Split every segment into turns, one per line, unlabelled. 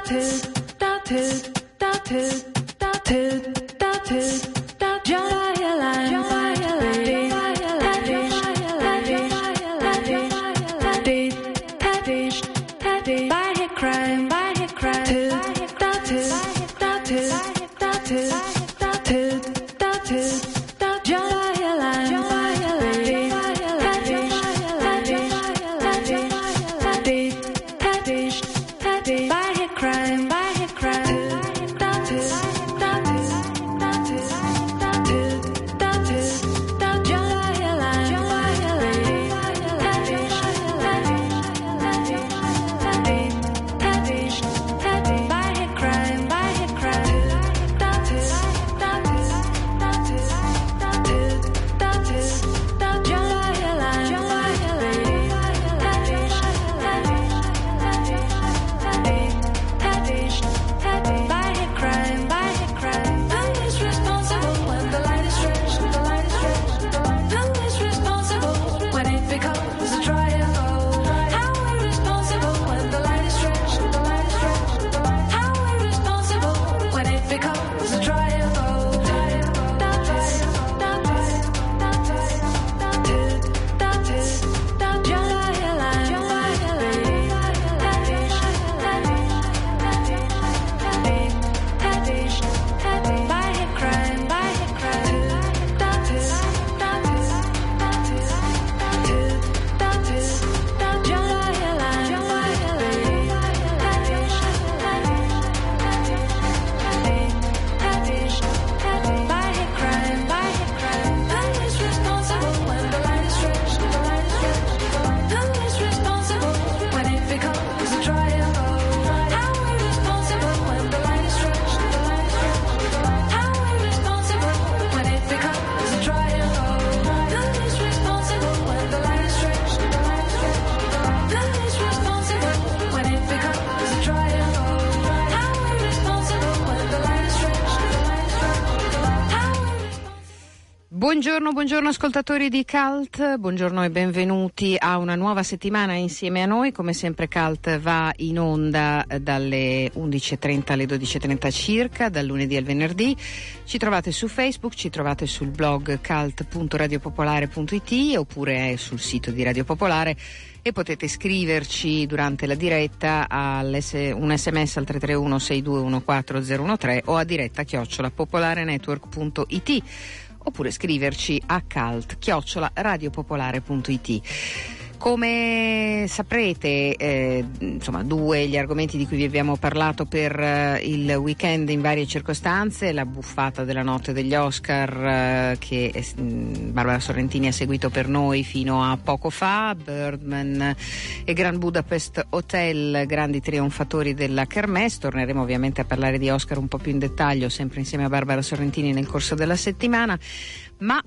Buongiorno ascoltatori di Cult, buongiorno e benvenuti a una nuova settimana insieme a noi. Come sempre Cult va in onda dalle 11.30 alle 12.30 circa, dal lunedì al venerdì. Ci trovate su Facebook, ci trovate sul blog cult.radiopopolare.it oppure sul sito di Radio Popolare e potete scriverci durante la diretta un sms al 331 6214 013 o a diretta @popolarenetwork.it oppure scriverci a cult@radiopopolare.it. Come saprete, due gli argomenti di cui vi abbiamo parlato per il weekend in varie circostanze: la buffata della notte degli Oscar che Barbara Sorrentini ha seguito per noi fino a poco fa, Birdman e Grand Budapest Hotel, grandi trionfatori della Kermesse. Torneremo ovviamente a parlare di Oscar un po' più in dettaglio, sempre insieme a Barbara Sorrentini nel corso della settimana. Ma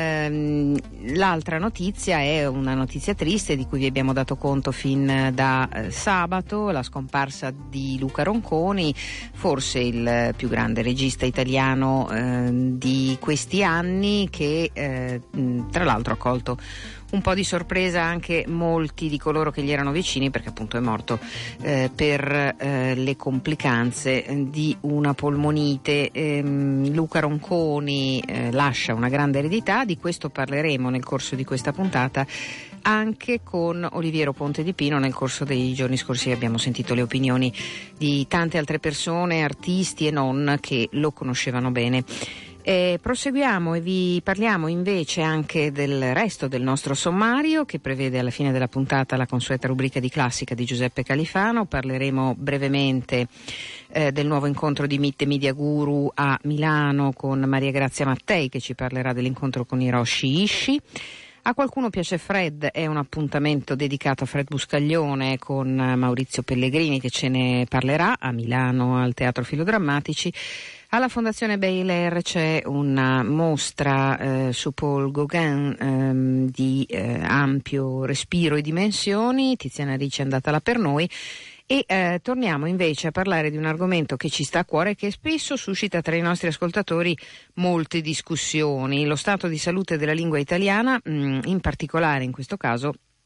l'altra notizia è una notizia triste di cui vi abbiamo dato conto fin da sabato: la scomparsa di Luca Ronconi, forse il più grande regista italiano di questi anni, che tra l'altro ha colto un po' di sorpresa anche molti di coloro che gli erano vicini, perché appunto è morto per le complicanze di una polmonite. Luca Ronconi lascia una grande eredità, di questo parleremo nel corso di questa puntata anche con Oliviero Ponte di Pino. Nel corso dei giorni scorsi abbiamo sentito le opinioni di tante altre persone, artisti e non, che lo conoscevano bene. Proseguiamo e vi parliamo invece anche del resto del nostro sommario, che prevede alla fine della puntata la consueta rubrica di classica di Giuseppe Califano. Parleremo brevemente del nuovo incontro di Mitte Media Guru a Milano con Maria Grazia Mattei, che ci parlerà dell'incontro con Hiroshi Ishii. A qualcuno piace Fred è un appuntamento dedicato a Fred Buscaglione con Maurizio Pellegrini, che ce ne parlerà a Milano al Teatro Filodrammatici. Alla Fondazione Baylor c'è una mostra su Paul Gauguin di ampio respiro e dimensioni. Tiziana Ricci è andata là per noi. E torniamo invece a parlare di un argomento che ci sta a cuore e che spesso suscita tra i nostri ascoltatori molte discussioni: lo stato di salute della lingua italiana, in particolare in questo caso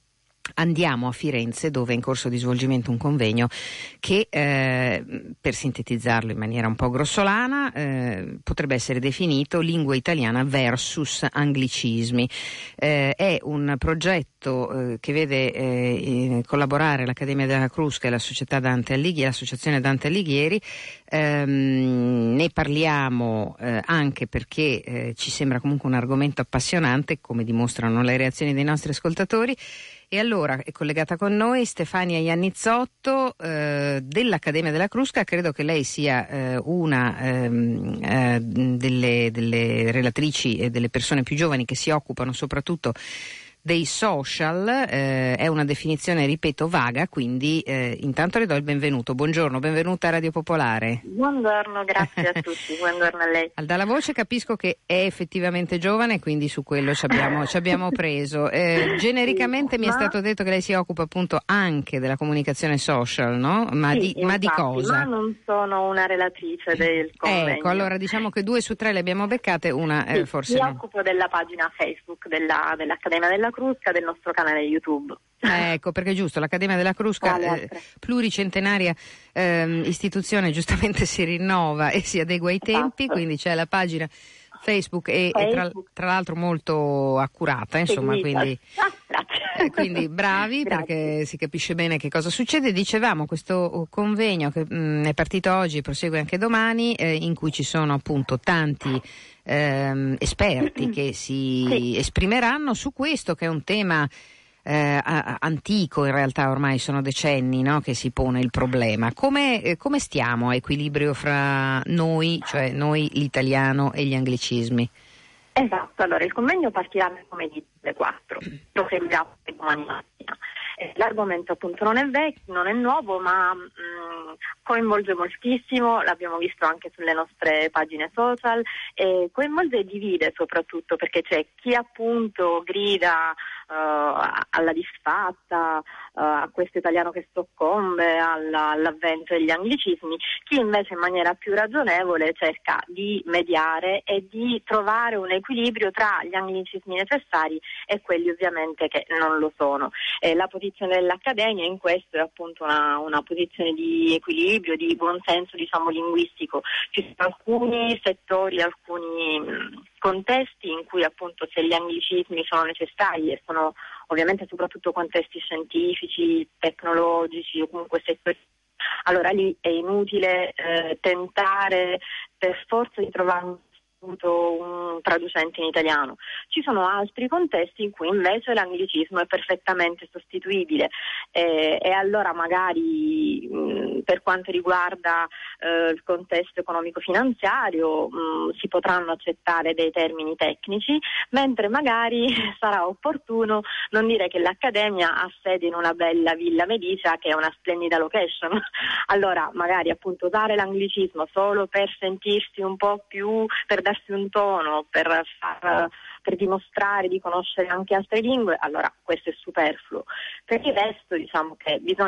andiamo a Firenze, dove è in corso di svolgimento un convegno che, per sintetizzarlo in maniera un po' grossolana, potrebbe essere definito Lingua italiana versus anglicismi. È un progetto che vede collaborare l'Accademia della Crusca e la Società Dante Alighieri, l'Associazione Dante Alighieri. Ne parliamo anche perché ci sembra comunque un argomento appassionante, come dimostrano le reazioni dei nostri ascoltatori. E allora è collegata con noi Stefania Iannizzotto dell'Accademia della Crusca. Credo che lei sia una delle relatrici e delle persone più giovani che si occupano soprattutto dei social. È una definizione, ripeto, vaga, quindi intanto le do il benvenuto. Buongiorno, benvenuta a Radio Popolare.
Buongiorno, grazie a tutti, buongiorno a lei.
Dalla voce capisco che è effettivamente giovane, quindi su quello ci abbiamo preso. Genericamente mi è stato detto che lei si occupa appunto anche della comunicazione social, no? Ma di cosa?
Ma non sono una relatrice del convegno.
Ecco, allora diciamo che 2 su 3 le abbiamo beccate, una forse
mi
no.
occupo della pagina Facebook dell'Accademia della Crusca, del nostro canale YouTube.
Ecco, perché è giusto, l'Accademia della Crusca, pluricentenaria istituzione, giustamente si rinnova e si adegua ai tempi, quindi c'è la pagina Facebook e tra l'altro molto accurata, insomma, quindi bravi. Perché si capisce bene che cosa succede. Dicevamo, questo convegno che è partito oggi, prosegue anche domani, in cui ci sono appunto tanti esperti che si esprimeranno su questo, che è un tema antico, in realtà ormai sono decenni, no, che si pone il problema. Come stiamo a equilibrio fra noi, cioè noi l'italiano, e gli anglicismi?
Esatto, allora il convegno partirà come alle 4, proseguirà domani mattina. L'argomento appunto non è nuovo, ma coinvolge moltissimo, l'abbiamo visto anche sulle nostre pagine social, coinvolge e divide soprattutto, perché c'è chi appunto grida alla disfatta, a questo italiano che soccombe all'avvento degli anglicismi, chi invece in maniera più ragionevole cerca di mediare e di trovare un equilibrio tra gli anglicismi necessari e quelli ovviamente che non lo sono. La posizione dell'Accademia in questo è appunto una posizione di equilibrio, di buonsenso, diciamo, linguistico. Ci sono alcuni settori, alcuni contesti in cui appunto se gli anglicismi sono necessari, e sono ovviamente soprattutto contesti scientifici, tecnologici o comunque settori, allora lì è inutile tentare per forza di trovare un traducente in italiano. Ci sono altri contesti in cui invece l'anglicismo è perfettamente sostituibile, e allora magari per quanto riguarda il contesto economico-finanziario si potranno accettare dei termini tecnici, mentre magari sarà opportuno non dire che l'Accademia ha sede in una bella Villa Medicea, che è una splendida location. Allora magari appunto usare l'anglicismo solo per sentirsi un po' più, per darsi un tono, per dimostrare di conoscere anche altre lingue, allora questo è superfluo. Per il resto diciamo che bisogna